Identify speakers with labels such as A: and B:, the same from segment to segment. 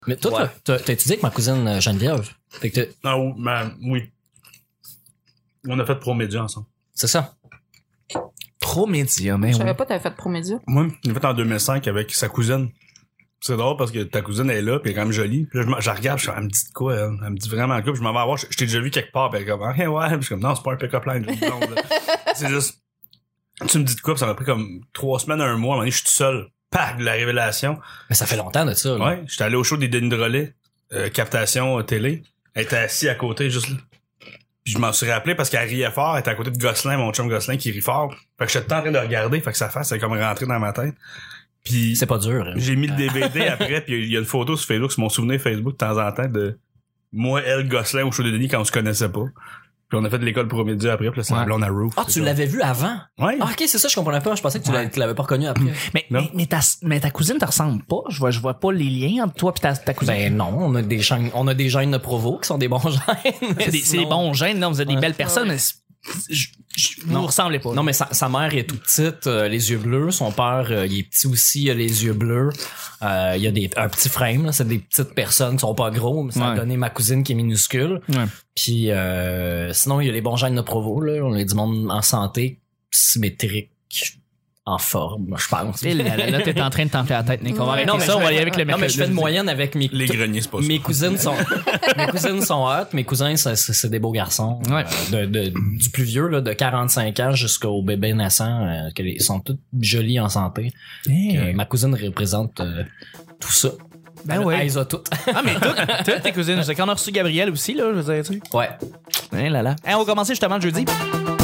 A: Mais toi, t'as étudié avec ma cousine Geneviève. Fait que
B: Oui. On a fait Promédia ensemble.
A: c'est ça.
C: Promédia, mais
D: Je
C: oui.
D: savais pas que t'avais fait Promédia.
B: Moi, on l'a fait en 2005 avec sa cousine. C'est drôle parce que ta cousine elle est là, pis elle est quand même jolie. Puis là, je la regarde, elle me dit de quoi, elle? Elle me dit vraiment quoi, pis je m'en vais voir. Je t'ai déjà vu quelque part, pis elle est comme, ah, ouais. Pis je suis comme, non, c'est pas un pick-up line, j'ai une blonde, là. C'est juste, tu me dis de quoi, pis ça m'a pris comme 3 semaines, 1 mois. À un moment donné, je suis tout seul. Pac, la révélation.
A: Mais ça fait longtemps de ça. Là.
B: Ouais, j'étais allé au show des Denis de Relais, captation télé. Elle était assise à côté, juste là. Puis je m'en suis rappelé parce qu'elle riait fort. Elle était à côté de Gosselin, mon chum Gosselin, qui rit fort. Fait que j'étais tout le temps en train de regarder. Fait que sa face, elle est comme rentrée dans ma tête. Puis
A: C'est pas dur. Hein.
B: j'ai mis le DVD après, puis il y a une photo sur Facebook, sur mon souvenir Facebook de temps en temps de moi, elle, Gosselin au show de Denis quand on se connaissait pas. Puis on a fait de l'école Promédia après, puis là, c'est la blonde à Roof.
A: Ah, tu l'avais vu avant?
B: Ouais.
A: Ah, ok, c'est ça, je comprenais pas. Je pensais que tu l'avais pas reconnu après.
C: Mais ta cousine te ressemble pas. Je vois pas les liens entre toi et ta cousine.
A: Ben non, on a des gènes de Provo qui sont des bons gènes.
C: C'est des bons gènes, non, vous êtes des belles personnes, mais vous
A: Non.
C: ressemblez pas.
A: Non, mais sa mère est toute petite, les yeux bleus. Son père, il est petit aussi, il a les yeux bleus. Il y a un petit frame, là. C'est des petites personnes qui sont pas gros, mais ça a donné ma cousine qui est minuscule.
C: Ouais.
A: Puis sinon, il y a les bons gènes de Provo, là. On est du monde en santé, symétrique, en forme, je pense.
C: Et là, t'es en train de t'enfler la tête, Nick. On va arrêter
A: Non, mais
C: ça, on va aller avec le
A: non, mais je fais une moyenne avec
B: Les greniers, c'est pas ça.
A: mes cousines sont hot, mes cousins c'est des beaux garçons.
C: Ouais.
A: Du plus vieux là, de 45 ans jusqu'au bébé naissant, ils sont tous jolis en santé. Ma cousine représente tout ça.
C: Ben ouais.
A: Elle les a toutes.
C: Ah, mais toutes tes cousines. C'est quand on a reçu Gabriel aussi, là, je veux dire, tu sais.
A: Ouais.
C: Hein, là. Hey, on va commencer justement le jeudi.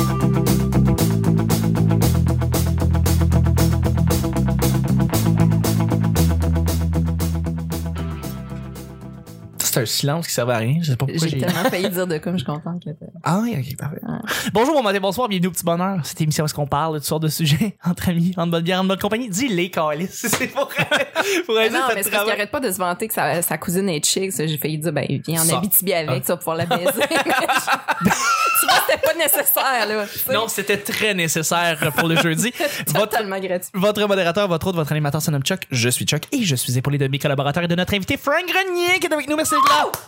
C: C'est un silence qui servait à rien. Je sais pas pourquoi
D: J'ai tellement failli dire de quoi, mais je suis contente que
C: Ah oui, ok, parfait. Bonjour, bon matin, bonsoir, bienvenue au Petit Bonheur. Cette émission où est-ce qu'on parle de toutes sortes de sujets entre amis, en bonne bière, en bonne compagnie. Dis-les, Calis. C'est pour
D: non, mais c'est parce qu'il arrête pas de se vanter que sa cousine est chic. Ça, j'ai failli dire, ben, viens en Abitibi avec, tu vas pouvoir la baiser. Tu vois, c'était pas nécessaire, là. T'sais.
C: Non, c'était très nécessaire pour le jeudi.
D: Totalement gratuit.
C: Votre modérateur, votre autre, votre animateur se nomme Chuck. Je suis Chuck et je suis épaulé de mes collaborateurs et de notre invité Frank Grenier qui est avec nous. Merci d'être là.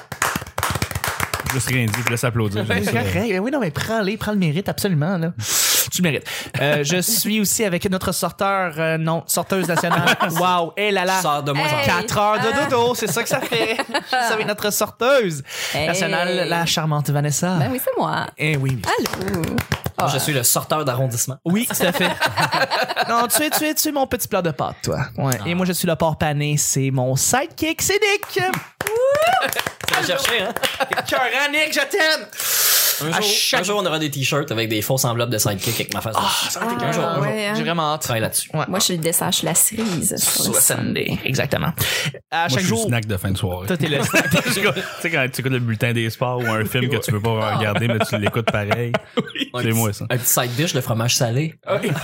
B: Je laisse rien dire, je laisse applaudir.
C: Ben, oui, non, mais prends le mérite, absolument, là. Tu le mérites. Je suis aussi avec notre sorteuse nationale. Wow, et là là.
A: Sors de moins en
C: 4 heures de dodo, c'est ça que ça fait. Je suis avec notre sorteuse nationale, la charmante Vanessa.
D: Ben oui, c'est moi.
C: Eh oui.
D: Allô.
A: Moi, je suis le sorteur d'arrondissement.
C: Oui, tout à fait. Non, tu es mon petit plat de pâtes, toi. Ouais. Et moi, je suis le porc pané, c'est mon sidekick, c'est Nick.
A: Tu vas chercher, hein?
C: Cœurant, Nick, je t'aime.
A: Un jour, on aura des t-shirts avec des fausses enveloppes de sidekick avec ma face.
C: Ça va être un jour.
D: Ouais, hein.
C: J'ai vraiment hâte.
A: Travaille là-dessus.
C: Ouais.
D: Moi, je suis le dessert, je suis la cerise.
C: Sur le Sunday. Exactement. À
B: Moi,
C: chaque
B: je suis
C: jour.
B: le snack de fin de soirée.
C: Toi, t'es le snack.
B: Tu sais, quand tu écoutes le bulletin des sports ou un film que tu peux pas regarder, mais tu l'écoutes pareil. C'est moi, ça.
A: Un petit side dish de fromage salé.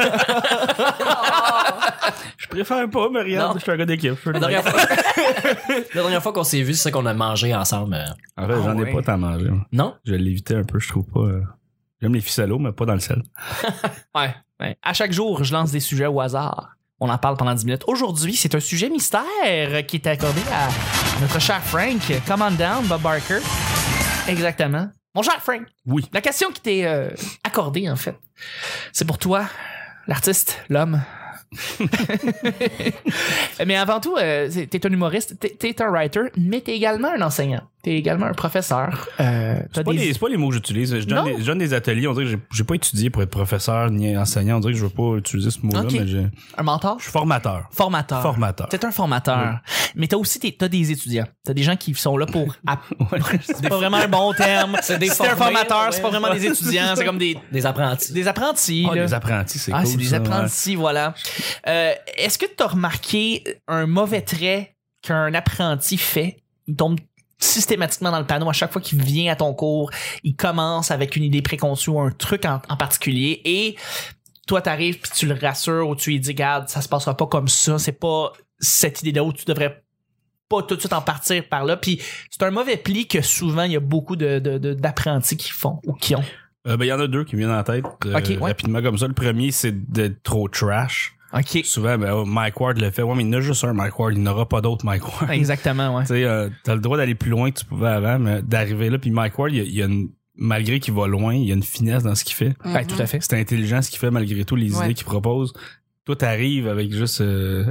B: Je préfère pas, mais regarde,
A: Non.
B: je suis un gars d'équipe.
A: La dernière fois qu'on s'est vu, c'est ça qu'on a mangé ensemble.
B: En fait, j'en ai
C: ouais.
B: pas tant mangé. Moi.
A: Non?
B: Je l'ai évité un peu, je trouve pas. J'aime les ficellos, mais pas dans le sel.
C: Ouais. À chaque jour, je lance des sujets au hasard. On en parle pendant 10 minutes. Aujourd'hui, c'est un sujet mystère qui est accordé à notre cher Frank. Come on down, Bob Barker. Exactement. Mon cher Frank.
B: Oui.
C: La question qui t'est accordée, en fait, c'est pour toi, l'artiste, l'homme. Mais avant tout, t'es un humoriste, t'es un writer, mais t'es également un enseignant. T'es également un professeur.
B: C'est pas les mots que j'utilise. Je donne des ateliers. On dirait que j'ai pas étudié pour être professeur ni enseignant. On dirait que je veux pas utiliser ce mot-là,
C: Ok.
B: mais
C: Un mentor?
B: je suis formateur.
C: Formateur. T'es un formateur. Mais t'as aussi t'as des étudiants. T'as des gens qui sont là pour... C'est pas vraiment un bon terme.
A: C'est des
C: Si t'es un
A: formés,
C: formateur,
A: ouais.
C: c'est pas vraiment des étudiants. C'est comme des
A: apprentis.
C: apprentis.
B: Ah,
C: là.
B: les apprentis, c'est
C: Ah,
B: cool.
C: c'est des
B: ça,
C: apprentis, voilà. Est-ce que t'as remarqué un mauvais trait qu'un apprenti fait? Il tombe systématiquement dans le panneau à chaque fois qu'il vient à ton cours. Il commence avec une idée préconçue ou un truc en particulier et toi, t'arrives puis tu le rassures ou tu lui dis, regarde, ça se passera pas comme ça. C'est pas cette idée-là où tu devrais pas tout de suite en partir par là. Puis c'est un mauvais pli que souvent il y a beaucoup d'apprentis qui font ou qui ont.
B: Ben, il y en a deux qui me viennent en tête
C: Ok, ouais.
B: rapidement comme ça. Le premier, c'est d'être trop trash.
C: OK.
B: Souvent, Mike Ward le fait. Ouais, mais il y en a juste un Mike Ward. Il n'y en aura pas d'autres Mike Ward.
C: Exactement, ouais.
B: Tu sais, t'as le droit d'aller plus loin que tu pouvais avant, mais d'arriver là. Puis Mike Ward, il y a malgré qu'il va loin, il y a une finesse dans ce qu'il fait.
C: Ben, tout à fait.
B: C'est intelligent ce qu'il fait malgré tout, les idées qu'il propose. Toi, t'arrives avec juste,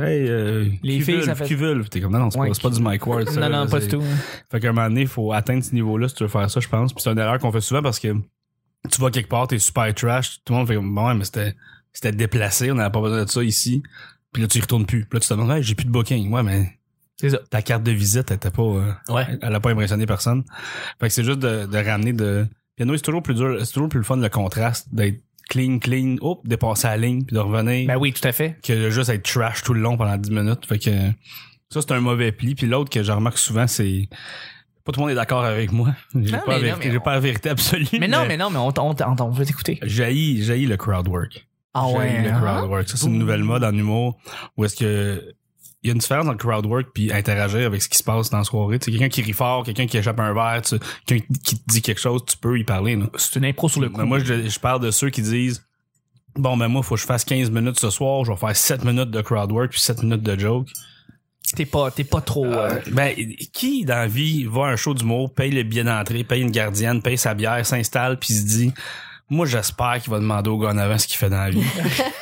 C: les filles, ça fait...
B: T'es comme, non, c'est pas du Mike Ward. Ça,
C: non, pas du tout.
B: Fait qu'à un moment donné, il faut atteindre ce niveau-là si tu veux faire ça, je pense. Puis c'est une erreur qu'on fait souvent parce que tu vas quelque part, t'es super trash, tout le monde fait comme, bon, ouais, mais c'était déplacé, on n'avait pas besoin de ça ici. Puis là, tu y retournes plus. Puis là, tu te demandes, hey, j'ai plus de booking. Ouais, mais
C: c'est ça.
B: Ta carte de visite, elle était pas, elle a pas impressionné personne. Fait que c'est juste de ramener Piano, c'est toujours plus dur, c'est toujours plus le fun le contraste d'être clean, dépasser la ligne puis de revenir.
C: Ben oui, tout à fait.
B: Que de juste être trash tout le long pendant 10 minutes. Fait que ça, c'est un mauvais pli. Puis l'autre que je remarque souvent, c'est pas tout le monde est d'accord avec moi. J'ai pas la vérité absolue.
C: Mais non, mais on veut t'écouter.
B: J'haïs le crowd work.
C: Ah ouais.
B: Le crowd work. Ça, c'est une nouvelle mode en humour où est-ce que il y a une différence entre le crowd work puis interagir avec ce qui se passe dans la soirée. Tu sais, quelqu'un qui rit fort, quelqu'un qui échappe un verre, quelqu'un qui te dit quelque chose, tu peux y parler. Là.
C: C'est une impro sur le coup.
B: Mais moi, je parle de ceux qui disent bon, ben moi, faut que je fasse 15 minutes ce soir, je vais faire 7 minutes de crowd work puis 7 minutes de joke.
C: T'es pas trop...
B: Ben, qui dans la vie va à un show d'humour, paye le billet d'entrée, paye une gardienne, paye sa bière, s'installe puis se dit moi, j'espère qu'il va demander au gars en avant ce qu'il fait dans la vie.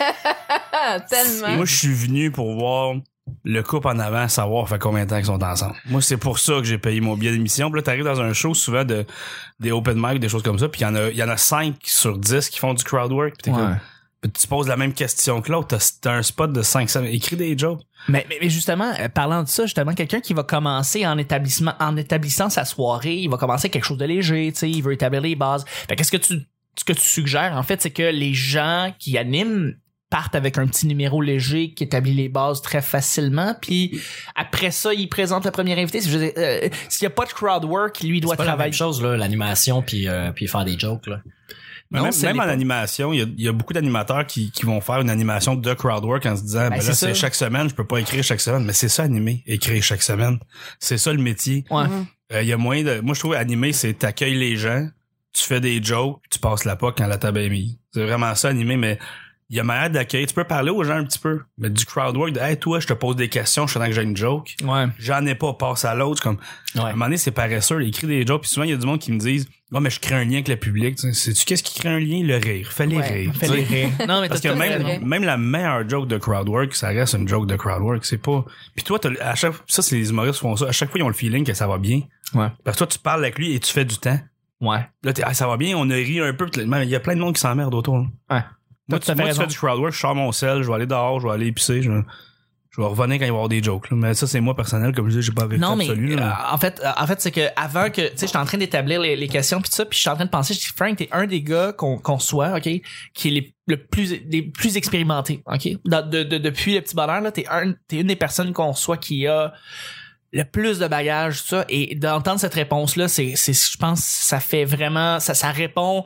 D: Tellement.
B: Moi, je suis venu pour voir le couple en avant, savoir fait combien de temps qu'ils sont ensemble. Moi, c'est pour ça que j'ai payé mon billet d'émission. Puis là, t'arrives dans un show souvent des open mic, des choses comme ça, puis il y en a 5 sur 10 qui font du crowd work. Puis puis tu poses la même question que l'autre. T'as un spot de 5 semaines. Écris des jokes.
C: Mais justement, parlant de ça, justement, quelqu'un qui va commencer en établissant sa soirée, il va commencer quelque chose de léger, tu sais, il veut établir les bases. Fait qu'est-ce que tu suggères, en fait, c'est que les gens qui animent partent avec un petit numéro léger qui établit les bases très facilement, puis après ça, ils présentent le premier invité. S'il y a pas de crowd work, lui, il doit travailler.
A: C'est pas la même chose, là, l'animation puis faire des jokes, là.
B: Non, même en animation, il y a beaucoup d'animateurs qui vont faire une animation de crowd work en se disant, ben là, c'est chaque semaine, je peux pas écrire chaque semaine, mais c'est ça, animer, écrire chaque semaine. C'est ça, le métier.
C: Ouais.
B: Il y a moyen moi, je trouve, animer, c'est t'accueilles les gens, tu fais des jokes, tu passes la POC quand la table est mise. C'est vraiment ça, animer, mais il y a manière d'accueillir. Tu peux parler aux gens un petit peu, mais du crowd work, hey, toi, je te pose des questions, je suis que j'ai une joke.
C: Ouais.
B: J'en ai pas, passe à l'autre. Comme, à un moment donné, c'est paresseux, écrit des jokes, puis souvent, il y a du monde qui me disent, oh, mais je crée un lien avec le public. Sais-tu qu'est-ce qui crée un lien? Le rire. Fais-les rire.
C: Fais-les rire. Non, mais
B: parce que même la meilleure joke de crowd work, ça reste une joke de crowd work. C'est pas, puis toi, ça, c'est les humoristes font ça. À chaque fois, ils ont le feeling que ça va bien.
C: Ouais.
B: Parce que toi, tu parles avec lui et tu fais du temps.
C: Ouais.
B: Là, ça va bien, on a ri un peu. Il y a plein de monde qui s'emmerde autour. Là.
C: Ouais.
B: Moi, tu fais du crowd work, je sors mon sel, je vais aller dehors, je vais aller épicer, je vais revenir quand il va y avoir des jokes. Là. Mais ça, c'est moi personnel, comme je dis, j'ai pas vérité absolue.
C: En fait, c'est que avant que, tu sais, j'étais en train d'établir les questions puis tout ça, puis j'étais en train de penser, je dis, Frank, t'es un des gars qu'on soit, ok, qui est les plus expérimentés, ok. Depuis le petit bonheur là, t'es une des personnes qu'on soit qui a le plus de bagages, tout ça, et d'entendre cette réponse là, c'est, je pense, ça fait vraiment, ça répond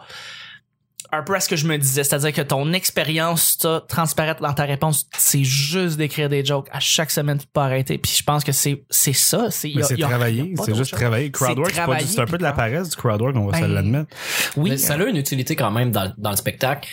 C: un peu à ce que je me disais, c'est-à-dire que ton expérience transparaître dans ta réponse, c'est juste d'écrire des jokes à chaque semaine, tu peux pas arrêter. Puis je pense que c'est ça, c'est
B: travailler, c'est juste travailler. Crowdwork, c'est un peu de la paresse du crowdwork, on va se l'admettre.
A: Oui, mais ça a une utilité quand même dans le spectacle,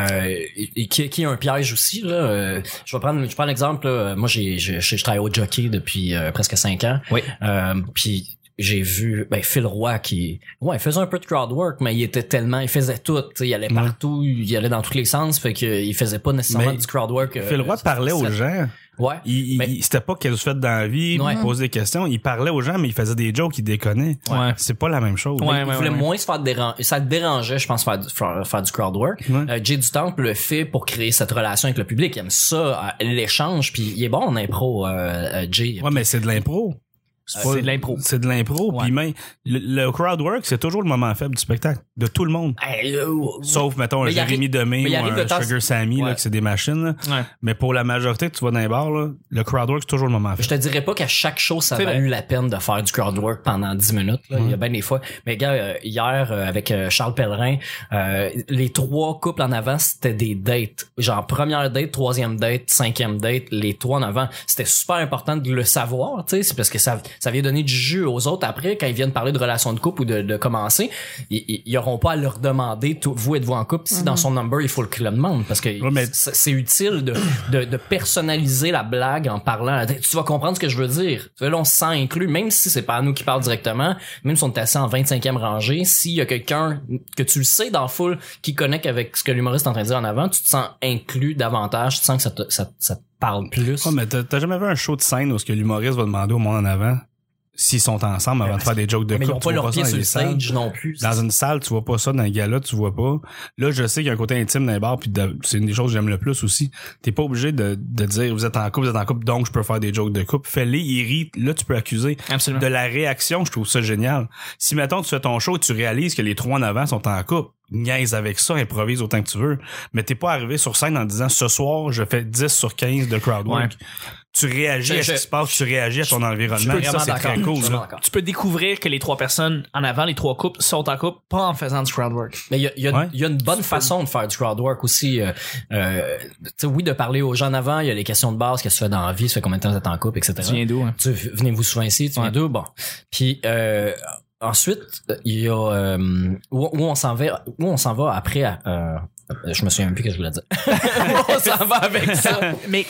A: et qui est un piège aussi là. Je prends un exemple là. Moi je travaille au jockey depuis presque 5 ans. Oui. Puis j'ai vu Phil Roy qui il faisait un peu de crowd work, mais il faisait tout, il allait partout, il allait dans tous les sens, fait que il faisait pas nécessairement du crowd work.
B: Phil Roy parlait aux gens.
A: Ouais.
B: C'était pas qu'elle se fait dans la vie, il posait des questions, il parlait aux gens, mais il faisait des jokes, il déconnait. Ouais. C'est pas la même chose.
A: Il voulait moins se faire déranger. Ça le dérangeait, je pense, faire du crowd work. Jay du Temple le fait pour créer cette relation avec le public. Il aime ça, l'échange, puis il est bon en impro, Jay.
B: Ouais, mais c'est de l'impro.
C: C'est de l'impro.
B: C'est de l'impro. Puis même, le crowd work, c'est toujours le moment faible du spectacle. De tout le monde. Sauf, mettons, un Jérémy Demé ou un Sugar Sammy, là, que c'est des machines, là. Ouais. Mais pour la majorité que tu vas dans les bars, là, le crowd work, c'est toujours le moment faible.
A: Je te dirais pas qu'à chaque show, ça a valu la peine de faire du crowd work pendant 10 minutes, là. Il y a bien des fois. Mais gars, hier, avec Charles Pellerin, les 3 couples en avant, c'était des dates. Genre, première date, 3e date, 5e date, les 3 en avant. C'était super important de le savoir, tu sais. C'est parce que ça vient donner du jus aux autres après quand ils viennent parler de relations de couple ou de commencer. Ils auront pas à leur demander vous êtes-vous en couple si dans son number il faut que le demande parce que c'est utile de personnaliser la blague en parlant. Tu vas comprendre ce que je veux dire. Là on se sent inclus même si c'est pas à nous qui parle directement, même si on est assis en 25e rangée, s'il y a quelqu'un que tu le sais dans la foule qui connecte avec ce que l'humoriste est en train de dire en avant, tu te sens inclus davantage, tu sens que ça te parle plus.
B: Oh, mais t'as jamais vu un show de scène où ce que l'humoriste va demander au monde en avant s'ils sont ensemble avant de faire des jokes de couple?
A: Mais ils ont pas leur pied sur le stage non plus.
B: Dans une salle, tu vois pas ça. Dans un gala, tu vois pas. Là, je sais qu'il y a un côté intime dans les bars, puis c'est une des choses que j'aime le plus aussi. T'es pas obligé de dire vous êtes en couple, donc je peux faire des jokes de couple. Fais-les, ils rient. Là, tu peux accuser.
C: Absolument.
B: De la réaction. Je trouve ça génial. Si, mettons, tu fais ton show et tu réalises que les 3 en avant sont en couple, niaise avec ça, improvise autant que tu veux. Mais t'es pas arrivé sur scène en disant ce soir, je fais 10 sur 15 de crowd work. Ouais. Tu réagis à ce qui se passe, tu réagis à ton environnement. Ça, c'est très cool.
C: Tu peux découvrir que les 3 personnes en avant, les 3 couples, sont en couple, pas en faisant du crowd work.
A: Mais il y a une bonne façon de faire du crowd work aussi. Oui, de parler aux gens en avant, il y a les questions de base, qu'est-ce que tu fais dans la vie, ça fait combien de temps vous êtes en couple, etc.
C: Tu viens d'où? Hein?
A: Venez-vous souvent ici, tu viens d'où? Bon. Puis ensuite, il y a où on s'en va après je me souviens même plus ce que je voulais dire. On s'en va avec ça.
C: Mais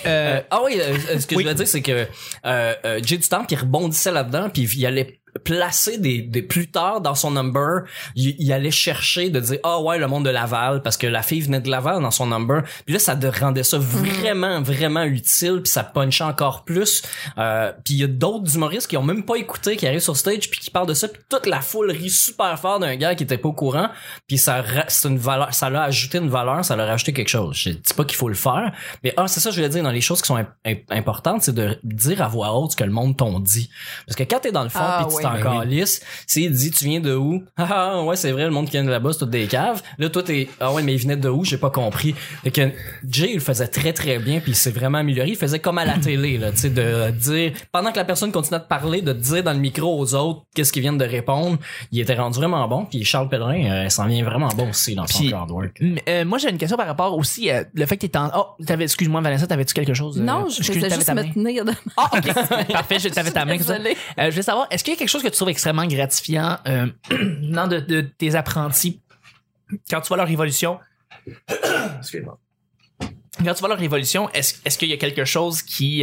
A: ce que je voulais dire c'est que Jay du Temple qui rebondissait là-dedans puis il allait placer des plus tard dans son number, il allait chercher de dire ouais le monde de Laval parce que la fille venait de Laval dans son number. Puis là ça rendait ça vraiment vraiment utile puis ça punchait encore plus. Puis il y a d'autres humoristes qui ont même pas écouté qui arrivent sur stage puis qui parlent de ça puis toute la foule rit super fort d'un gars qui était pas au courant puis c'est une valeur, ça l'a ajouté une valeur, ça leur a ajouté quelque chose. Je dis pas qu'il faut le faire, mais c'est ça je voulais dire dans les choses qui sont importantes, c'est de dire à voix haute ce que le monde t'ont dit. Parce que quand t'es dans le fond puis tu encore lisse, s'il dit tu viens de où? Ah ouais, c'est vrai, le monde qui vient de là-bas, c'est tout des caves. Là toi t'es ouais, mais il venait de où? J'ai pas compris. Fait que Jay il le faisait très très bien puis il s'est vraiment amélioré, il faisait comme à la télé là, tu sais, de dire pendant que la personne continuait de parler, de dire dans le micro aux autres qu'est-ce qu'ils viennent de répondre. Il était rendu vraiment bon puis Charles Pellerin s'en vient vraiment bon aussi dans son crowd work.
C: Moi j'ai une question par rapport aussi le fait que t'étais excuse-moi Vanessa, t'avais-tu quelque chose?
D: Non, je faisais juste me tenir de...
C: OK. Parfait, t'avais ta main comme ça. Je voulais savoir, est-ce qu'il y a quelque chose que tu trouves extrêmement gratifiant dans de tes apprentis quand tu vois leur évolution? Excuse-moi. Quand tu vois leur évolution, est-ce qu'il y a quelque chose qui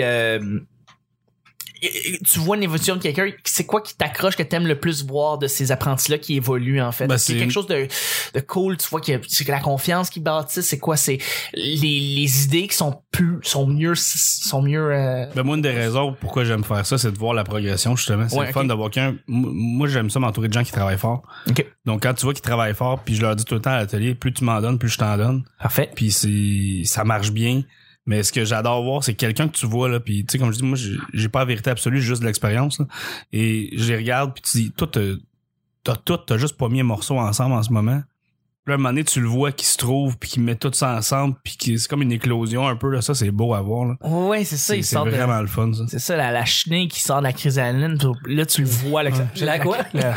C: tu vois une évolution de quelqu'un, c'est quoi qui t'accroche, que t'aimes le plus voir de ces apprentis-là qui évoluent en fait? C'est quelque chose de cool, tu vois que c'est la confiance qu'ils bâtissent, c'est quoi? C'est les idées qui sont mieux
B: moi une des raisons pourquoi j'aime faire ça, c'est de voir la progression justement. C'est le fun d'avoir moi j'aime ça m'entourer de gens qui travaillent fort.
C: Okay.
B: Donc quand tu vois qu'ils travaillent fort, puis je leur dis tout le temps à l'atelier, plus tu m'en donnes, plus je t'en donne.
C: Parfait.
B: Puis ça marche bien. Mais ce que j'adore voir, c'est quelqu'un que tu vois là, puis tu sais comme je dis, moi j'ai pas la vérité absolue, juste de l'expérience là. Et je les regarde puis tu dis toi t'as juste pas mis un morceau ensemble en ce moment. Puis à un moment donné tu le vois qui se trouve puis qui met tout ça ensemble puis c'est comme une éclosion un peu là, ça c'est beau à voir là.
C: Ouais, c'est ça,
B: c'est vraiment le fun ça.
C: C'est ça la chenille qui sort de la chrysaline, là tu le vois là.
A: La quoi?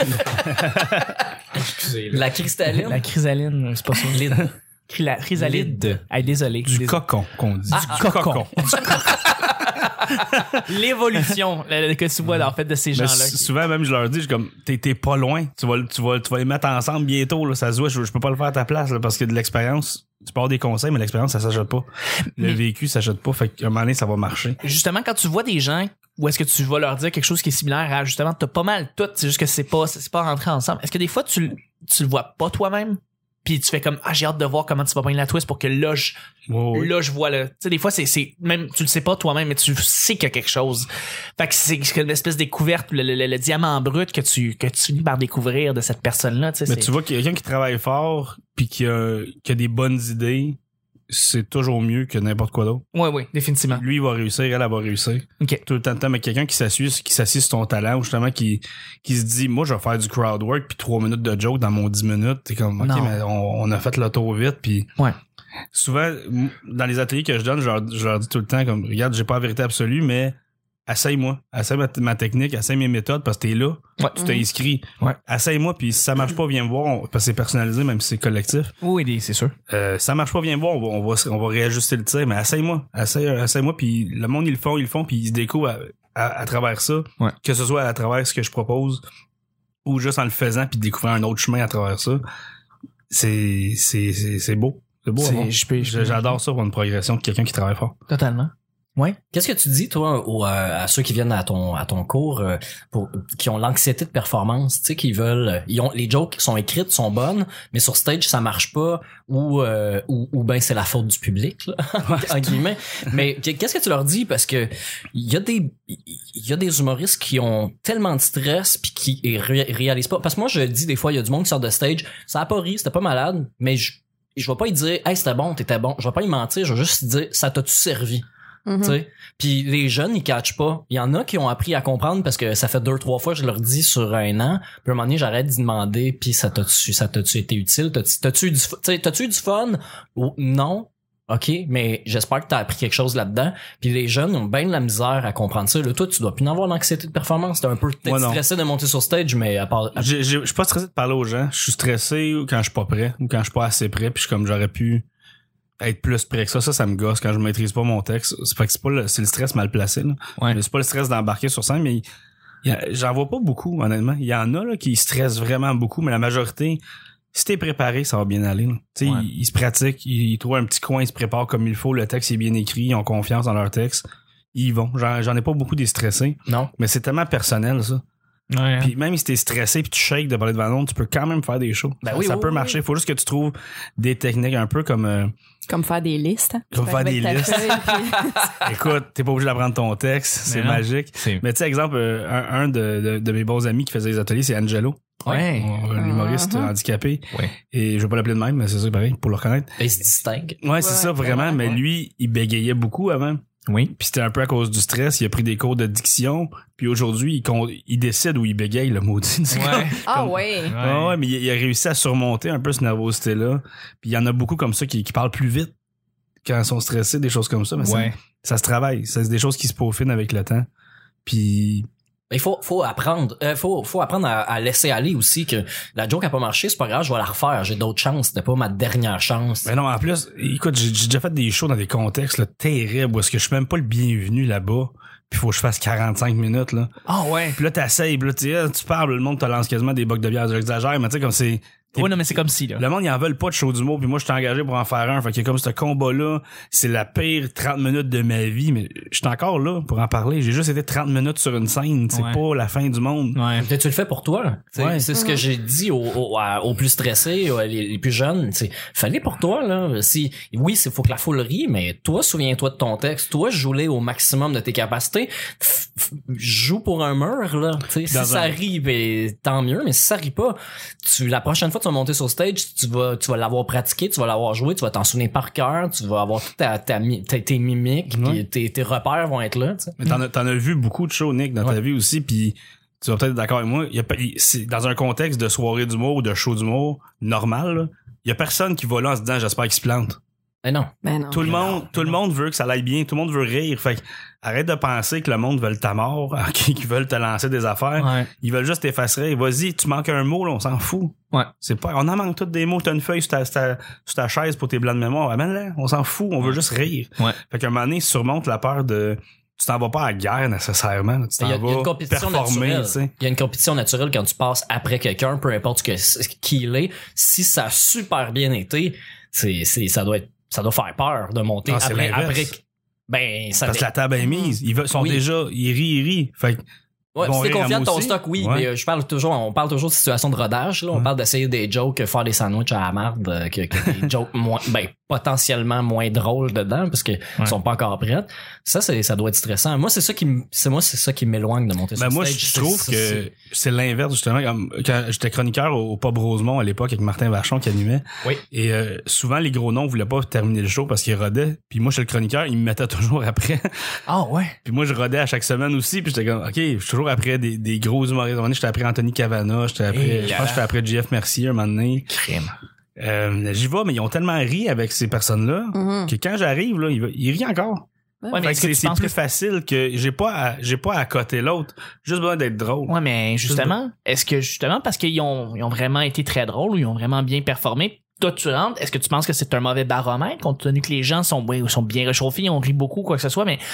A: Excusez. La cristalline.
C: La chrysaline, c'est pas ça. La chrysalide. Désolé.
B: Du cocon qu'on dit.
C: Du cocon. L'évolution que tu vois en fait de ces gens-là.
B: Souvent même je leur dis, comme t'es pas loin. Tu vas les mettre ensemble bientôt là, ça se voit. Je peux pas le faire à ta place là, parce que de l'expérience. Tu peux avoir des conseils, mais l'expérience ça s'achète pas. Le vécu ça s'achète pas. Fait qu'à un moment donné ça va marcher.
C: Justement quand tu vois des gens où est-ce que tu vas leur dire quelque chose qui est similaire à justement t'as pas mal tout, c'est juste que c'est pas rentré ensemble. Est-ce que des fois tu le vois pas toi-même? Puis tu fais comme j'ai hâte de voir comment tu vas prendre la twist pour que là je vois là. Tu sais des fois c'est même tu le sais pas toi-même mais tu sais qu'il y a quelque chose. Fait que c'est une espèce de découverte, le diamant brut que tu finis par découvrir de cette personne là, tu sais.
B: Mais tu vois qu'il y a quelqu'un qui travaille fort puis qui a des bonnes idées, c'est toujours mieux que n'importe quoi d'autre.
C: Oui, définitivement.
B: Lui il va réussir, elle va réussir.
C: Okay.
B: Tout le temps mais quelqu'un qui s'assit sur ton talent ou justement qui se dit moi je vais faire du crowd work puis 3 minutes de joke dans mon 10 minutes, t'es comme OK mais on a fait l'auto vite puis souvent dans les ateliers que je donne, je leur dis tout le temps comme regarde, j'ai pas la vérité absolue mais essaye-moi, essaye ma technique, essaye mes méthodes parce que t'es là, tu t'es inscrit. Essaye-moi puis si ça marche pas, viens me voir, parce que c'est personnalisé même si c'est collectif.
C: Oui, c'est sûr.
B: Ça marche pas, viens me voir, on va réajuster le tir, mais essaye-moi puis le monde ils le font puis ils se découvrent à travers ça, que ce soit à travers ce que je propose ou juste en le faisant puis découvrir un autre chemin à travers ça, c'est beau. C'est beau. J'adore ça pour une progression de quelqu'un qui travaille fort.
C: Totalement. Ouais.
A: Qu'est-ce que tu dis, toi, à ceux qui viennent à ton cours, qui ont l'anxiété de performance, tu sais, qui veulent, les jokes sont écrites, sont bonnes, mais sur stage, ça marche pas, ou ben c'est la faute du public, là, en guillemets. Mais qu'est-ce que tu leur dis? Parce que il y a des humoristes qui ont tellement de stress puis qui réalisent pas. Parce que moi, je dis des fois, il y a du monde qui sort de stage, ça a pas ri, c'était pas malade, mais je vais pas y dire, hey, c'était bon, t'étais bon. Je vais pas y mentir, je vais juste dire, ça t'a-tu servi? Mm-hmm. Puis les jeunes ils catchent pas. Il y en a qui ont appris à comprendre parce que ça fait 2-3 fois que je leur dis sur un an. Puis à un moment donné j'arrête d'y demander puis ça t'a-tu été utile? T'as-tu eu du fun? Non. OK, mais j'espère que t'as appris quelque chose là-dedans. Puis les jeunes ont bien de la misère à comprendre ça. Là, toi, tu dois plus en avoir l'anxiété de performance. T'es un peu stressé de monter sur stage, mais à part...
B: Je suis pas stressé de parler aux gens. Je suis stressé quand je suis pas prêt ou quand je suis pas assez prêt. Puis je suis comme j'aurais pu être plus prêt que ça. Ça me gosse quand je maîtrise pas mon texte. C'est le stress mal placé, là. Ouais. Mais c'est pas le stress d'embarquer sur scène, mais j'en vois pas beaucoup, honnêtement. Il y en a, là, qui stressent vraiment beaucoup, mais la majorité, si t'es préparé, ça va bien aller, tu sais, ils se pratiquent, ils trouvent un petit coin, ils se préparent comme il faut, le texte est bien écrit, ils ont confiance dans leur texte. Ils y vont. J'en ai pas beaucoup des stressés. Non. Mais c'est tellement personnel, ça. Ouais. Puis même si t'es stressé puis tu shakes de parler devant l'autre, tu peux quand même faire des shows. Ça peut marcher. Faut juste que tu trouves des techniques un peu comme
D: faire des listes. Hein?
B: Comme faire des listes. Écoute, t'es pas obligé d'apprendre ton texte, c'est magique. Mais tu sais, exemple, un de mes bons amis qui faisait des ateliers, c'est Angelo. Ouais. Un humoriste handicapé. Ouais. Et je vais pas l'appeler de même, mais c'est ça pareil pour le reconnaître.
A: Il se distingue.
B: Ouais, c'est ça vraiment. Mais lui, il bégayait beaucoup avant. Oui. Puis c'était un peu à cause du stress. Il a pris des cours de diction. Puis aujourd'hui, il décide où il bégaye, le maudit.
D: Ouais.
B: Ouais, mais il a réussi à surmonter un peu cette nervosité-là. Puis il y en a beaucoup comme ça qui parlent plus vite quand ils sont stressés, des choses comme ça. Mais ça se travaille. C'est des choses qui se peaufinent avec le temps. Puis...
A: Il faut apprendre. Faut apprendre à laisser aller aussi que la joke a pas marché, c'est pas grave, je vais la refaire. J'ai d'autres chances. C'était pas ma dernière chance.
B: Mais non, en plus, écoute, j'ai déjà fait des shows dans des contextes là, terribles où est-ce que je suis même pas le bienvenu là-bas. Puis faut que je fasse 45 minutes là.
C: Ah ouais.
B: Puis là t'essayes, là tu parles, le monde te lance quasiment des bocs de bière. J'exagère, mais tu sais comme c'est.
C: Oui, non, mais c'est comme si, là.
B: Le monde, ils en veulent pas de show d'humour, puis moi, je suis engagé pour en faire un. Fait qu'il y a comme ce combat-là, c'est la pire 30 minutes de ma vie, mais je suis encore là pour en parler. J'ai juste été 30 minutes sur une scène. C'est pas la fin du monde.
A: Ouais. Peut-être tu le fais pour toi. Ouais. C'est ce que j'ai dit aux plus stressés, les plus jeunes. Fallait pour toi, là. Oui, faut que la foule rie, mais toi, souviens-toi de ton texte. Toi, joue-les au maximum de tes capacités. Joue pour un mur, là. Si ça rit, ben, tant mieux, mais si ça rit pas, la prochaine fois tu vas monter sur stage, tu vas l'avoir pratiqué, tu vas l'avoir joué, tu vas t'en souvenir par cœur, tu vas avoir toutes tes mimiques, puis tes repères vont être là. T'sais.
B: Mais t'en as vu beaucoup de shows, Nick, dans ta vie aussi, puis tu vas peut-être être d'accord avec moi. C'est dans un contexte de soirée d'humour ou de show d'humour normal, il y a personne qui va là en se disant j'espère qu'il se plante.
A: Ben non.
B: Tout le monde veut que ça aille bien, tout le monde veut rire. Fait arrête de penser que le monde veut ta mort, qu'ils veulent te lancer des affaires. Ouais. Ils veulent juste t'effacer. Vas-y, tu manques un mot, là, on s'en fout. Ouais. C'est pas, on en manque tous des mots. T'as une feuille sur ta chaise pour tes blancs de mémoire. Amène-la. On s'en fout. On veut juste rire. Ouais. Fait qu'à un moment donné, surmonte la peur de, tu t'en vas pas à la guerre nécessairement. Tu t'en vas
A: une compétition
B: performer.
A: Il y a une compétition naturelle quand tu passes après quelqu'un, peu importe qui il est. Si ça a super bien été, ça doit faire peur de monter après.
B: Parce que la table est mise. Ils rient. Fait
A: ouais, si t'es confiant de ton stock, oui, mais on parle toujours de situation de rodage, là. On parle d'essayer des jokes, faire des sandwichs à la marde, que des jokes potentiellement moins drôles dedans, parce que ils sont pas encore prêtes. Ça doit être stressant. Moi, c'est ça qui m'éloigne de monter sur stage.
B: Moi, je trouve que c'est l'inverse, justement. Quand j'étais chroniqueur au Pub Rosemont à l'époque avec Martin Vachon qui animait. Oui. Et, souvent, les gros noms voulaient pas terminer le show parce qu'ils rodaient. Puis moi, j'étais le chroniqueur, ils me mettaient toujours après.
C: Ah, ouais.
B: Puis moi, je rodais à chaque semaine aussi, puis j'étais comme, OK, je suis toujours après des gros humoristes. À un moment donné, j'étais après Anthony Cavana, je pense que j'étais après JF Mercier un moment donné.
C: Crime.
B: J'y vais, mais ils ont tellement ri avec ces personnes-là que quand j'arrive, là, ils rient encore. Ouais, mais c'est plus facile que j'ai pas à côté l'autre, juste besoin d'être drôle.
C: Ouais, mais justement, est-ce que justement parce qu'ils ont vraiment été très drôles ou ils ont vraiment bien performé, toi tu rentres, est-ce que tu penses que c'est un mauvais baromètre compte tenu que les gens sont bien réchauffés, on rit beaucoup quoi que ce soit, mais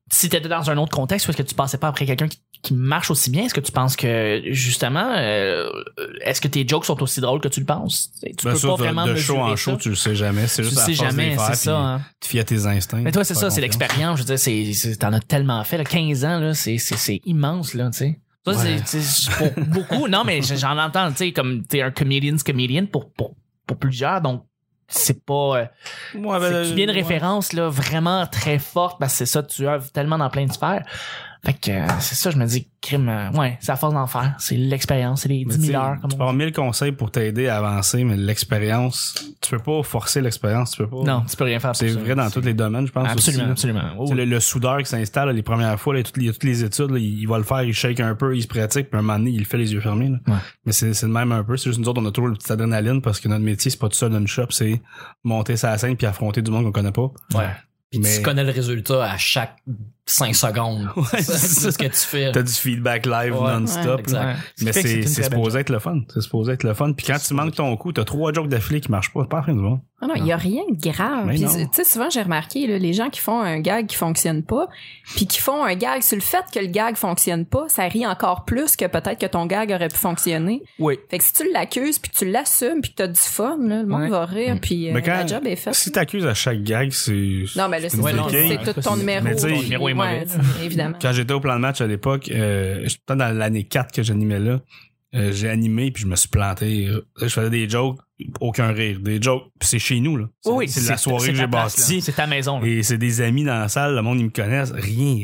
C: si t'étais dans un autre contexte, ou est-ce que tu passais pas après quelqu'un qui marche aussi bien? Est-ce que tu penses que, justement, est-ce que tes jokes sont aussi drôles que tu le penses? Tu peux pas vraiment
B: de
C: mesurer
B: show en
C: ça.
B: show, tu le sais jamais. C'est juste
C: Tu sais jamais, c'est ça. Hein.
B: Tu te fies à tes instincts.
C: Mais toi, c'est ça,
B: Faire
C: c'est
B: confiance.
C: l'expérience. Je veux dire, t'en as tellement fait, là, 15 ans, là, c'est immense, là, tu sais. Ça,
B: Ouais.
C: c'est pour beaucoup. Non, mais j'en entends, tu sais, comme t'es un comedian pour plusieurs, donc c'est pas c'est bien une référence là vraiment très forte parce que c'est ça, tu œuvres tellement dans plein de sphères. Fait que c'est ça, je me dis crime, ouais, c'est à force d'en faire, c'est l'expérience, c'est les 10 000 heures comme
B: tu peux avoir 1000 conseils pour t'aider à avancer, mais l'expérience, tu peux pas forcer l'expérience, tu peux pas.
C: Non, tu peux rien faire pour
B: c'est
C: ça.
B: vrai dans tous les domaines, je pense.
C: Absolument,
B: aussi,
C: absolument.
B: Tu sais, le soudeur qui s'installe là, les premières fois, là, il y a toutes les études, là, il va le faire, il shake un peu, il se pratique, puis un moment donné, il le fait les yeux fermés. Là.
C: Ouais.
B: Mais c'est le même un peu. C'est juste nous autres, on a toujours une petite adrénaline parce que notre métier, c'est pas tout seul d'une shop, c'est monter sa scène puis affronter du monde qu'on connaît pas.
C: Ouais.
A: Puis tu connais le résultat à chaque 5 secondes.
B: Ouais,
A: c'est ce que tu fais.
B: T'as du feedback live non-stop.
A: exact.
B: là. Mais c'est supposé être le fun. C'est supposé être le fun. Puis quand tu manques ton coup, t'as 3 jokes d'affilée qui marchent pas. C'est pas la fin du monde.
D: Ah non, il y a rien de grave.
B: Mais
D: Puis,
B: non.
D: tu sais, souvent, j'ai remarqué, là, les gens qui font un gag qui fonctionne pas, puis qui font un gag sur le fait que le gag fonctionne pas, ça rit encore plus que peut-être que ton gag aurait pu fonctionner.
C: Oui.
D: Fait que si tu l'accuses, puis que tu l'assumes, puis que t'as du fun, là, le monde
C: Ouais.
D: va rire, puis
B: Mais quand,
D: la job est faite.
B: si t'accuses à chaque gag, c'est...
D: Non, mais là, c'est
B: une
D: ça,
B: béquille.
D: c'est tout ton numéro.
B: Mais tu sais,
C: ton numéro est mauvais.
D: Évidemment.
B: Quand j'étais au plan de match à l'époque, j'étais dans l'année 4 que j'animais là. J'ai animé puis je me suis planté. Je faisais des jokes, aucun rire. Des jokes, puis c'est chez nous là.
C: Oui,
B: c'est la soirée que j'ai
C: ta place, là.
B: bâtie.
C: C'est ta maison, là.
B: Et c'est des amis dans la salle, le monde ils me connaissent. Rien.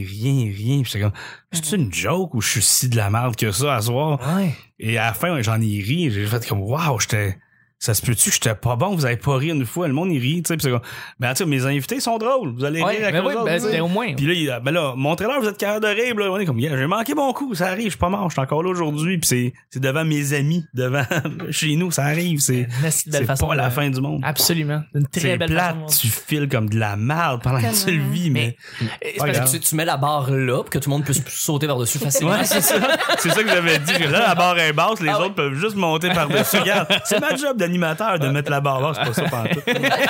B: Puis c'est comme, c'est une joke ou je suis si de la merde que ça à soir.
C: Ouais.
B: Et à la fin, j'en ai ri. J'ai fait comme, waouh, ça se peut-tu que j'étais pas bon, vous avez pas ri une fois, le monde il rit, tu sais, pis c'est comme, ben tu sais, mes invités sont drôles, vous allez rire avec eux autres, tu sais.
C: c'était au moins.
B: Puis là, montrez-leur, vous êtes capable de rire, là. On est comme, yeah, j'ai manqué mon coup, ça arrive, je suis pas mort, je suis encore là aujourd'hui, puis c'est devant mes amis, devant chez nous, ça arrive, c'est pas la fin du monde.
C: Absolument. Une très
B: C'est
C: belle
B: plate,
C: façon.
B: tu files comme de la merde pendant que tu le vis, mais
C: C'est
B: pas
C: parce
B: grave.
A: Tu mets la barre là pour que tout le monde puisse sauter par-dessus facilement.
B: Ouais, c'est ça. C'est ça que j'avais dit. Là, la barre est basse, les autres peuvent juste monter par-dessus. Regarde, c'est ma job d'animateur de mettre la barre basse, c'est pas ça pantoute.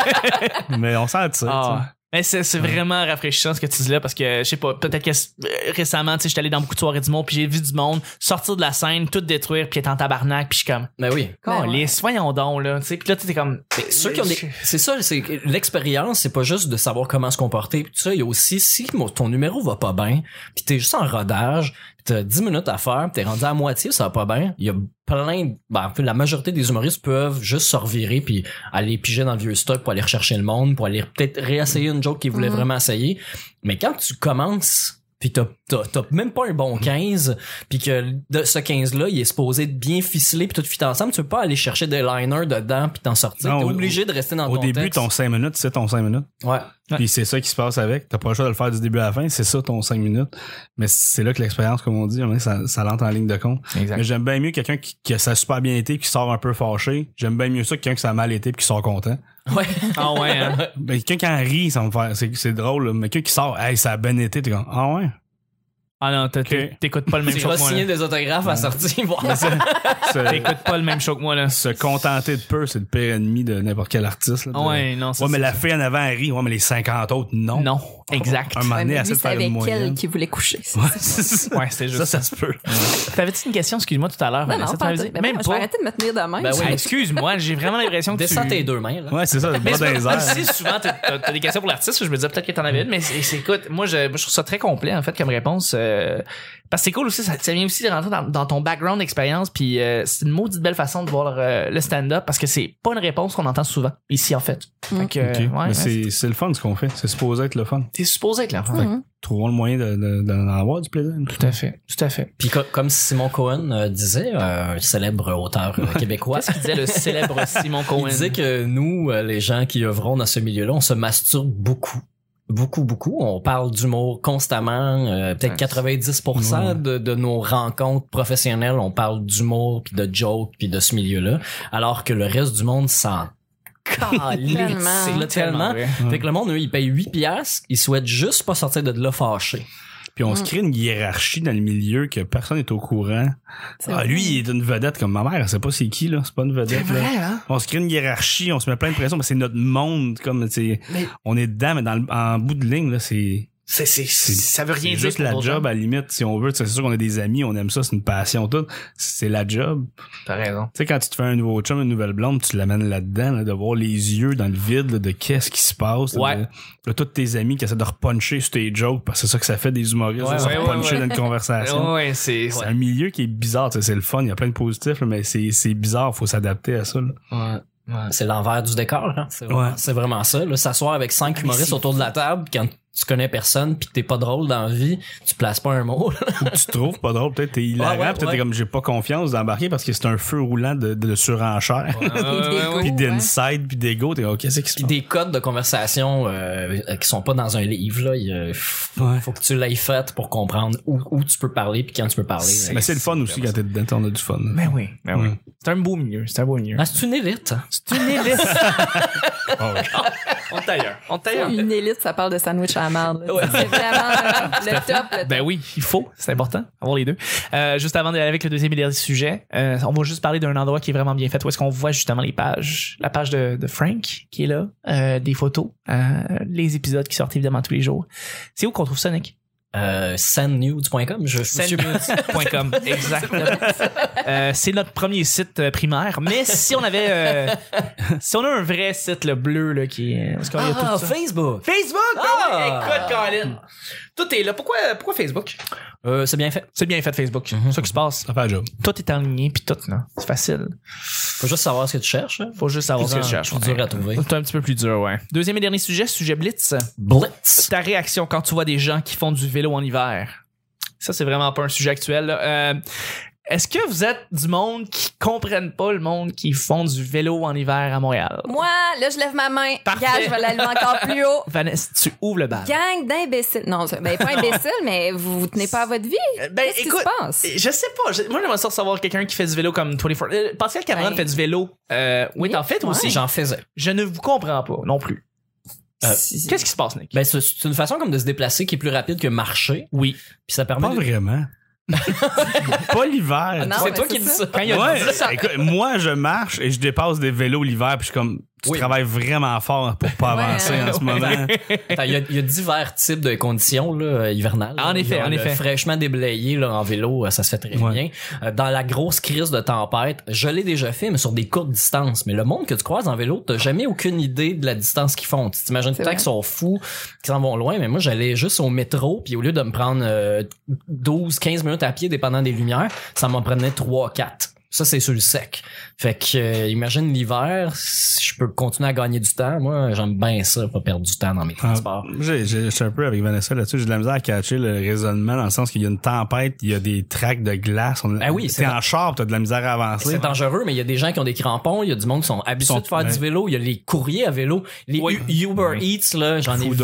B: Mais on sent ça.
C: Ah. Mais c'est vraiment rafraîchissant ce que tu dis là parce que je sais pas, peut-être que récemment, tu sais, j'étais allé dans beaucoup de soirées du monde puis j'ai vu du monde sortir de la scène, tout détruire puis être en tabarnak puis je suis comme
A: Ben oui.
C: calisse, voyons donc là, tu sais, puis là tu es comme
A: Ceux qui ont c'est ça, c'est que l'expérience, c'est pas juste de savoir comment se comporter pis tout ça, il y a aussi si ton numéro va pas bien, puis t'es juste en rodage, pis t'as 10 minutes à faire, pis t'es rendu à moitié, ça va pas bien. Il y a la majorité des humoristes peuvent juste se revirer puis aller piger dans le vieux stock pour aller rechercher le monde, pour aller peut-être réessayer une joke qu'ils voulaient vraiment essayer. Mais quand tu commences pis t'as même pas un bon 15 puis que ce 15 là il est supposé être bien ficelé pis tout fit ensemble, tu peux pas aller chercher des liners dedans pis t'en sortir. T'es obligé de rester dans ton texte.
B: Au début, ton 5 minutes, c'est ton 5 minutes.
A: Ouais.
B: Puis c'est ça qui se passe avec. T'as pas le choix de le faire du début à la fin, c'est ça ton 5 minutes. Mais c'est là que l'expérience, comme on dit, ça l'entre en ligne de compte.
C: Exact.
B: Mais j'aime bien mieux quelqu'un qui ça a super bien été, qui sort un peu fâché. J'aime bien mieux ça que quelqu'un qui ça a mal été puis qui sort content.
A: Ouais.
C: ah ouais. Hein?
B: Ben, quelqu'un qui en rit, ça me fait, c'est drôle, là. Mais quelqu'un qui sort, hey, ça a bien été, t'es comme, ah ouais.
C: Ah non, t'écoutes pas le même
A: Tu
C: show
A: vas
C: que moi.
A: signer
C: Là.
A: des autographes à sortir.
C: T'écoutes pas le même show que moi là.
B: Se contenter de peu, c'est le pire ennemi de n'importe quel artiste. Là,
C: Ouais, non, ça,
B: ouais, mais
C: c'est
B: la
C: ça.
B: fille en avant, elle rit. Ouais, mais les 50 autres, non.
C: Non, exact.
B: Un moment
D: Ouais,
B: donné,
D: mais
B: essaie
D: lui,
B: de
D: c'est
B: faire une
D: avec
B: moyenne.
D: elle qui voulait coucher.
B: Ouais, c'est ça.
C: Ouais, c'était juste
B: Ça se peut.
C: T'avais-tu une question, excuse-moi, tout à l'heure?
D: Non,
C: Vanessa,
D: non,
C: t'avais
D: pas
C: dit?
D: ben
C: Même
D: moi, je vais
C: pas.
D: arrêter de me tenir de même.
A: Ben oui.
C: Ah, excuse-moi, j'ai vraiment l'impression que
A: Descends
C: tu...
A: tes deux mains, là.
B: Ouais, c'est ça, le
C: Mais
B: bras dans les airs.
C: si souvent t'as des questions pour l'artiste, je me disais peut-être que t'en avais une, mais écoute, moi je trouve ça très complet en fait comme réponse. Parce que c'est cool aussi, ça vient aussi de rentrer dans ton background d'expérience, puis c'est une maudite belle façon de voir le stand-up parce que c'est pas une réponse qu'on entend souvent ici en fait. Fait que,
B: Ok.
C: ouais,
B: Mais c'est le fun ce qu'on fait. C'est supposé être le fun.
C: t'es supposé être là.
B: Trouvons le moyen d'en avoir du plaisir.
C: Tout à fait, tout à fait.
A: Puis comme Simon Cohen disait, un célèbre auteur québécois,
C: Qu'est-ce qu'il disait le célèbre Simon Cohen?
A: il disait que nous, les gens qui œuvrons dans ce milieu-là, on se masturbe beaucoup. Beaucoup. On parle d'humour constamment. Peut-être 90% de nos rencontres professionnelles, on parle d'humour, puis de joke, puis de ce milieu-là. Alors que le reste du monde s'en calisse. C'est là tellement.
C: vrai.
A: Fait que le monde, eux, ils payent 8 piastres, ils souhaitent juste pas sortir de là fâchés.
B: Puis on se crée une hiérarchie dans le milieu que personne n'est au courant. Lui, il est une vedette comme ma mère. Elle sait pas c'est qui, là. C'est pas une vedette,
C: C'est
B: là.
C: vrai, hein?
B: On se crée une hiérarchie, on se met plein de pression, mais c'est notre monde, comme, tu sais, on est dedans, mais en bout de ligne, là, c'est
C: Ça veut rien dire.
B: C'est juste la job, à la limite, si on veut. C'est sûr qu'on a des amis, on aime ça, c'est une passion, tout. C'est la job.
C: T'as raison.
B: Tu sais, quand tu te fais un nouveau chum, une nouvelle blonde, tu l'amènes là-dedans, là, de voir les yeux dans le vide, là, de qu'est-ce qui se passe.
C: Ouais.
B: De tous tes amis qui essaient de repuncher sur tes jokes, parce que c'est ça que ça fait des humoristes, de repuncher dans une conversation.
C: Ouais,
B: c'est un milieu qui est bizarre, c'est le fun, il y a plein de positifs, là, mais c'est bizarre, faut s'adapter à ça, là.
A: Ouais. C'est l'envers du décor, hein. C'est vraiment ça, là. S'asseoir avec 5 humoristes autour de la table, quand tu connais personne pis que t'es pas drôle dans la vie, tu places pas un mot.
B: Ou tu te trouves pas drôle, peut-être t'es hilarant, peut-être t'es comme j'ai pas confiance d'embarquer parce que c'est un feu roulant de surenchère. Puis d'inside, puis d'ego, t'es ok, qu'est-ce qui se passe?
A: Des codes de conversation qui sont pas dans un livre, là. Faut que tu l'aies fait pour comprendre où tu peux parler puis quand tu peux parler.
B: Mais c'est le fun aussi quand t'es dedans, on a du fun.
C: Ben oui. C'est un beau milieu,
A: Ah, c'est une élite.
C: C'est une élite. On taille.
D: Une élite, ça parle de sandwich à la marde. C'est vraiment le top.
C: Ben oui, il faut. C'est important. Avoir les deux. Juste avant d'aller avec le deuxième et dernier sujet, on va juste parler d'un endroit qui est vraiment bien fait où est-ce qu'on voit justement les pages. La page de Frank qui est là, des photos, les épisodes qui sortent évidemment tous les jours. C'est où qu'on trouve ça, Nick?
A: Sendnudes.com.
C: Sendnudes.com, exactement. C'est notre premier site primaire, mais si on avait si on a un vrai site le bleu là qui est
A: Facebook.
C: Écoute Colin, tout est là. Pourquoi Facebook?
A: C'est bien fait.
C: C'est bien fait Facebook. C'est ça qui se passe.
B: Ça fait le job.
C: Tout est en ligne puis tout là. C'est facile.
A: Faut juste savoir ce que tu cherches. Hein?
C: Faut juste savoir ce que tu cherches.
A: C'est dur à trouver.
C: C'est un petit peu plus dur, ouais. Deuxième et dernier sujet Blitz. Ta réaction quand tu vois des gens qui font du vélo en hiver. Ça, c'est vraiment pas un sujet actuel, là. Est-ce que vous êtes du monde qui comprennent pas le monde qui font du vélo en hiver à Montréal?
D: Moi, là, je lève ma main.
C: Parfait.
D: Regarde, je vais l'allumer encore plus haut.
C: Vanessa, tu ouvres le bal.
D: Gang d'imbéciles. Non, ben pas imbéciles, mais vous tenez pas à votre vie. Qu'est-ce qui se passe?
C: Je sais pas. Moi, j'aimerais ça savoir quelqu'un qui fait du vélo comme 24. Pascal Cameron fait du vélo. Oui, t'en fais aussi.
A: J'en faisais.
C: Je ne vous comprends pas non plus. Qu'est-ce qui se passe, Nick?
A: Ben, c'est une façon comme de se déplacer qui est plus rapide que marcher.
C: Oui.
A: Puis ça permet
B: pas vraiment. Pas l'hiver.
A: C'est toi qui dis ça.
C: Quand il y a ça.
B: Écoute, moi, je marche et je dépasse des vélos l'hiver puis je suis comme, tu travailles vraiment fort pour pas avancer en ce moment.
A: Attends, il y a divers types de conditions là, hivernales.
C: En effet.
A: Fraîchement déblayé là, en vélo, ça se fait très bien. Dans la grosse crise de tempête, je l'ai déjà fait, mais sur des courtes distances. Mais le monde que tu croises en vélo, t'as jamais aucune idée de la distance qu'ils font. Tu t'imagines tout le temps qu'ils sont fous, qu'ils s'en vont loin. Mais moi, j'allais juste au métro, puis au lieu de me prendre 12-15 minutes à pied, dépendant des lumières, ça m'en prenait 3-4. Ça, c'est sur le sec. Fait que, imagine l'hiver, si je peux continuer à gagner du temps. Moi, j'aime bien ça, pas perdre du temps dans mes transports.
B: Je suis un peu avec Vanessa là-dessus. J'ai de la misère à catcher le raisonnement dans le sens qu'il y a une tempête, il y a des tracks de glace. T'es en char, t'as de la misère à avancer.
A: C'est dangereux, mais il y a des gens qui ont des crampons, il y a du monde qui sont habitués de faire du vélo, il y a les courriers à vélo, les Uber Eats, là, j'en ai vu.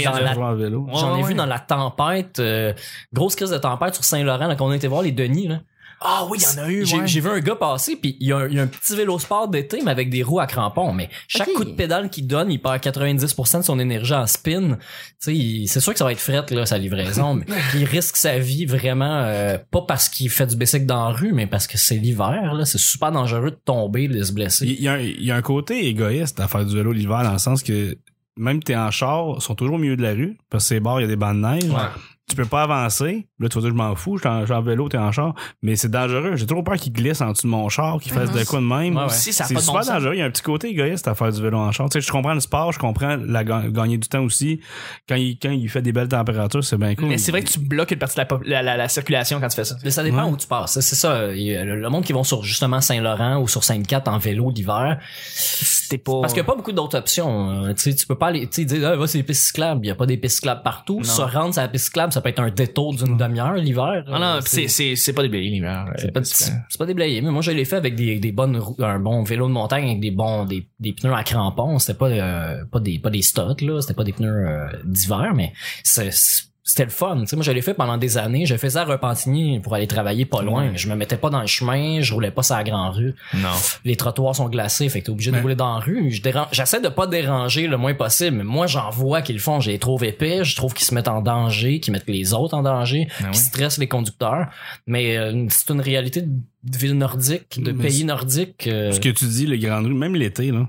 A: J'en ai vu dans la tempête, grosse crise de tempête sur Saint-Laurent, là, quand on était voir les Denis, là.
C: Ah oui, il y en a eu,
A: J'ai vu un gars passer, puis il y a un petit vélo sport d'été, mais avec des roues à crampons. Mais chaque coup de pédale qu'il donne, il perd 90% de son énergie en spin. Tu sais, c'est sûr que ça va être fret, là, sa livraison, mais il risque sa vie vraiment, pas parce qu'il fait du bicycle dans la rue, mais parce que c'est l'hiver, là. C'est super dangereux de tomber, de se blesser.
B: Il y a un côté égoïste à faire du vélo l'hiver, dans le sens que même t'es en char, ils sont toujours au milieu de la rue, parce que c'est bord, il y a des bancs de neige. Ouais. Tu peux pas avancer. Là, tu vas dire, je m'en fous, je suis en vélo, t'es en char. Mais c'est dangereux. J'ai trop peur qu'il glisse en dessous de mon char, qu'il fasse de quoi de même.
C: Aussi, ça
B: c'est super dangereux. Il y a un petit côté égoïste à faire du vélo en char. Tu sais, je comprends le sport, je comprends gagner du temps aussi. Quand il fait des belles températures, c'est bien cool.
C: Mais c'est vrai que tu bloques une partie de la circulation quand tu fais ça.
A: Mais ça dépend où tu passes. C'est ça. Le monde qui vont sur justement Saint-Laurent ou sur Sainte-Cat en vélo l'hiver, c'était pas... Parce qu'il y a pas beaucoup d'autres options. Tu sais, tu peux pas aller, tu sais, dire, c'est des pistes cyclables. Il y a pas des pistes cyclables partout. Se rendre sur la piste cyclable, ça peut être un détour d'une demi-heure l'hiver.
C: Non, c'est pas déblayé l'hiver.
A: C'est pas déblayé, mais moi je l'ai fait avec un bon vélo de montagne avec des pneus à crampons. C'était pas des stocks là, c'était pas des pneus d'hiver, mais c'était le fun. Tu sais, moi, je l'ai fait pendant des années. Je faisais à Repentigny pour aller travailler pas loin. Je me mettais pas dans le chemin. Je roulais pas sur la grande rue.
C: Non.
A: Les trottoirs sont glacés. Fait que t'es obligé de rouler dans la rue. J'essaie de pas déranger le moins possible. Mais moi, j'en vois qu'ils le font. Je les trouve épais. Je trouve qu'ils se mettent en danger, qu'ils mettent les autres en danger, qu'ils stressent les conducteurs. Mais c'est une réalité de ville nordique, de pays nordiques.
B: Ce que tu dis, les grandes rues, même l'été, là.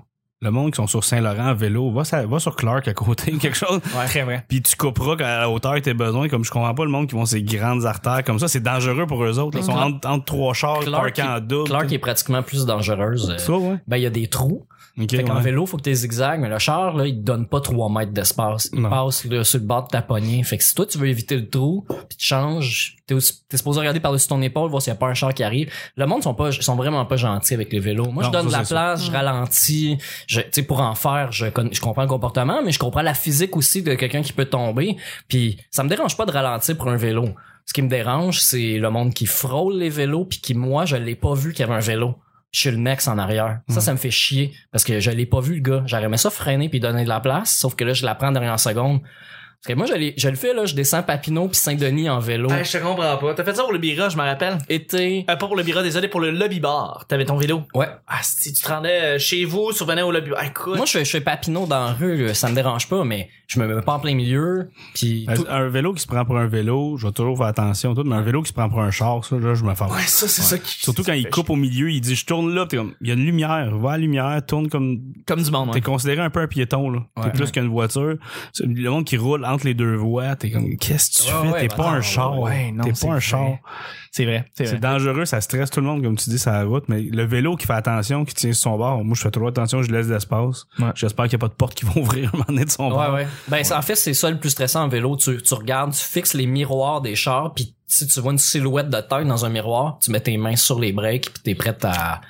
B: le monde qui sont sur Saint-Laurent à vélo, va sur Clark à côté, quelque chose.
C: Ouais, très vrai.
B: Puis tu couperas à la hauteur que t'as besoin. Comme je comprends pas le monde qui vont ces grandes artères comme ça. C'est dangereux pour eux autres. Ils sont entre trois chars, parqués en double.
A: Clark est pratiquement plus dangereuse.
B: Ça, ouais.
A: Ben, il y a des trous.
B: Okay,
A: fait qu'en vélo, faut que t'es zigzag, mais le char, là, il te donne pas 3 mètres d'espace. Il passe là, sur le bord de ta poignée. Fait que si toi, tu veux éviter le trou, puis tu changes, t'es supposé regarder par-dessus ton épaule, voir s'il y a pas un char qui arrive. Le monde sont vraiment pas gentils avec les vélos. Moi, je donne de la place, je ralentis. Tu sais, pour en faire, je comprends le comportement, mais je comprends la physique aussi de quelqu'un qui peut tomber. Puis ça me dérange pas de ralentir pour un vélo. Ce qui me dérange, c'est le monde qui frôle les vélos, puis qui, moi, je l'ai pas vu qu'il y avait un vélo chez le next en arrière. Ça me fait chier parce que je l'ai pas vu le gars. J'aurais aimé ça freiner puis donner de la place, sauf que là je la prends dernière seconde. Parce que moi je le fais là, je descends Papineau puis Saint-Denis en vélo.
C: Je te comprends pas. T'as fait ça pour le Bira, je me rappelle. Pas pour le Bira, désolé, pour le lobby bar. T'avais ton vélo.
A: Ouais.
C: Si tu te rendais chez vous, tu revenais au lobby bar. Écoute.
A: Moi je fais Papineau dans la rue, là, ça me dérange pas, mais je me mets pas en plein milieu. Puis
B: un vélo qui se prend pour un vélo, je vais toujours faire attention tout, mais un vélo qui se prend pour un char, ça là je me fais.
C: Ouais, ça c'est ça qui.
B: Surtout quand il coupe au milieu, il dit je tourne là, t'es comme il y a une lumière, va à la lumière, tourne comme
C: du monde.
B: T'es considéré un peu un piéton là. T'es plus qu'une voiture. Le monde qui roule entre les deux voies, t'es comme qu'est-ce que tu fais? T'es pas un char. T'es pas un char.
C: C'est vrai.
B: C'est dangereux, ça stresse tout le monde, comme tu dis, sur la route, mais le vélo qui fait attention, qui tient sur son bord, moi je fais trop attention, je laisse de l'espace. Ouais. J'espère qu'il n'y a pas de porte qui vont ouvrir un moment donné de son bord.
A: Ben en fait, c'est ça le plus stressant en vélo. Tu regardes, tu fixes les miroirs des chars, puis si tu vois une silhouette de tête dans un miroir, tu mets tes mains sur les breaks, puis t'es prête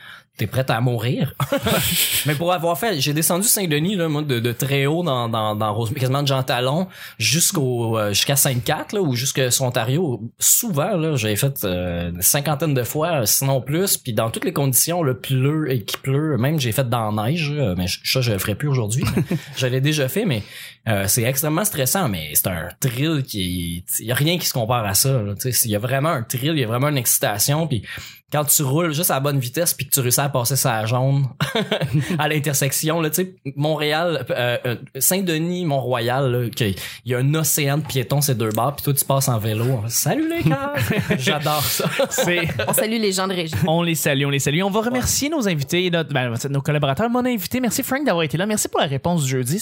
A: à mourir. Mais pour avoir fait, j'ai descendu Saint-Denis là, moi de très haut dans Rosemont, quasiment de Jean Talon jusqu'à Sainte-Cat là ou jusqu'à Ontario. Souvent là, j'avais fait une cinquantaine de fois, sinon plus, puis dans toutes les conditions, le pleut et qui pleut, même j'ai fait dans la neige, mais ça je le ferai plus aujourd'hui. Je l'ai déjà fait, mais c'est extrêmement stressant, mais c'est un thrill il y a rien qui se compare à ça. Il y a vraiment un thrill, il y a vraiment une excitation, puis quand tu roules juste à la bonne vitesse puis que tu réussis à passer sa jaune à l'intersection là, tu sais, Montréal, Saint-Denis, Mont-Royal, là, il y a un océan de piétons ces deux bords puis toi tu passes en vélo. Salut les gars, j'adore ça.
D: On salue les gens de région.
C: On les salue. On va remercier nos invités, nos collaborateurs. Mon invité, merci Frank d'avoir été là. Merci pour la réponse du jeudi.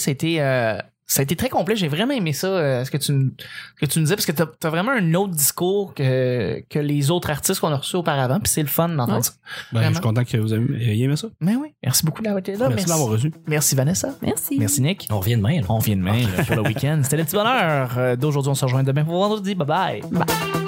C: Ça a été très complet. J'ai vraiment aimé ça, ce que tu nous disais, parce que t'as vraiment un autre discours que les autres artistes qu'on a reçus auparavant, puis c'est le fun d'entendre ça.
B: Je suis content que vous ayez aimé ça.
C: Mais oui, merci beaucoup d'avoir été là.
B: Merci d'avoir reçu.
C: Merci Vanessa.
D: Merci.
C: Merci Nick.
A: On revient demain.
C: On revient demain pour le week-end. C'était le petit bonheur d'aujourd'hui. On se rejoint demain pour vendredi. Bye bye.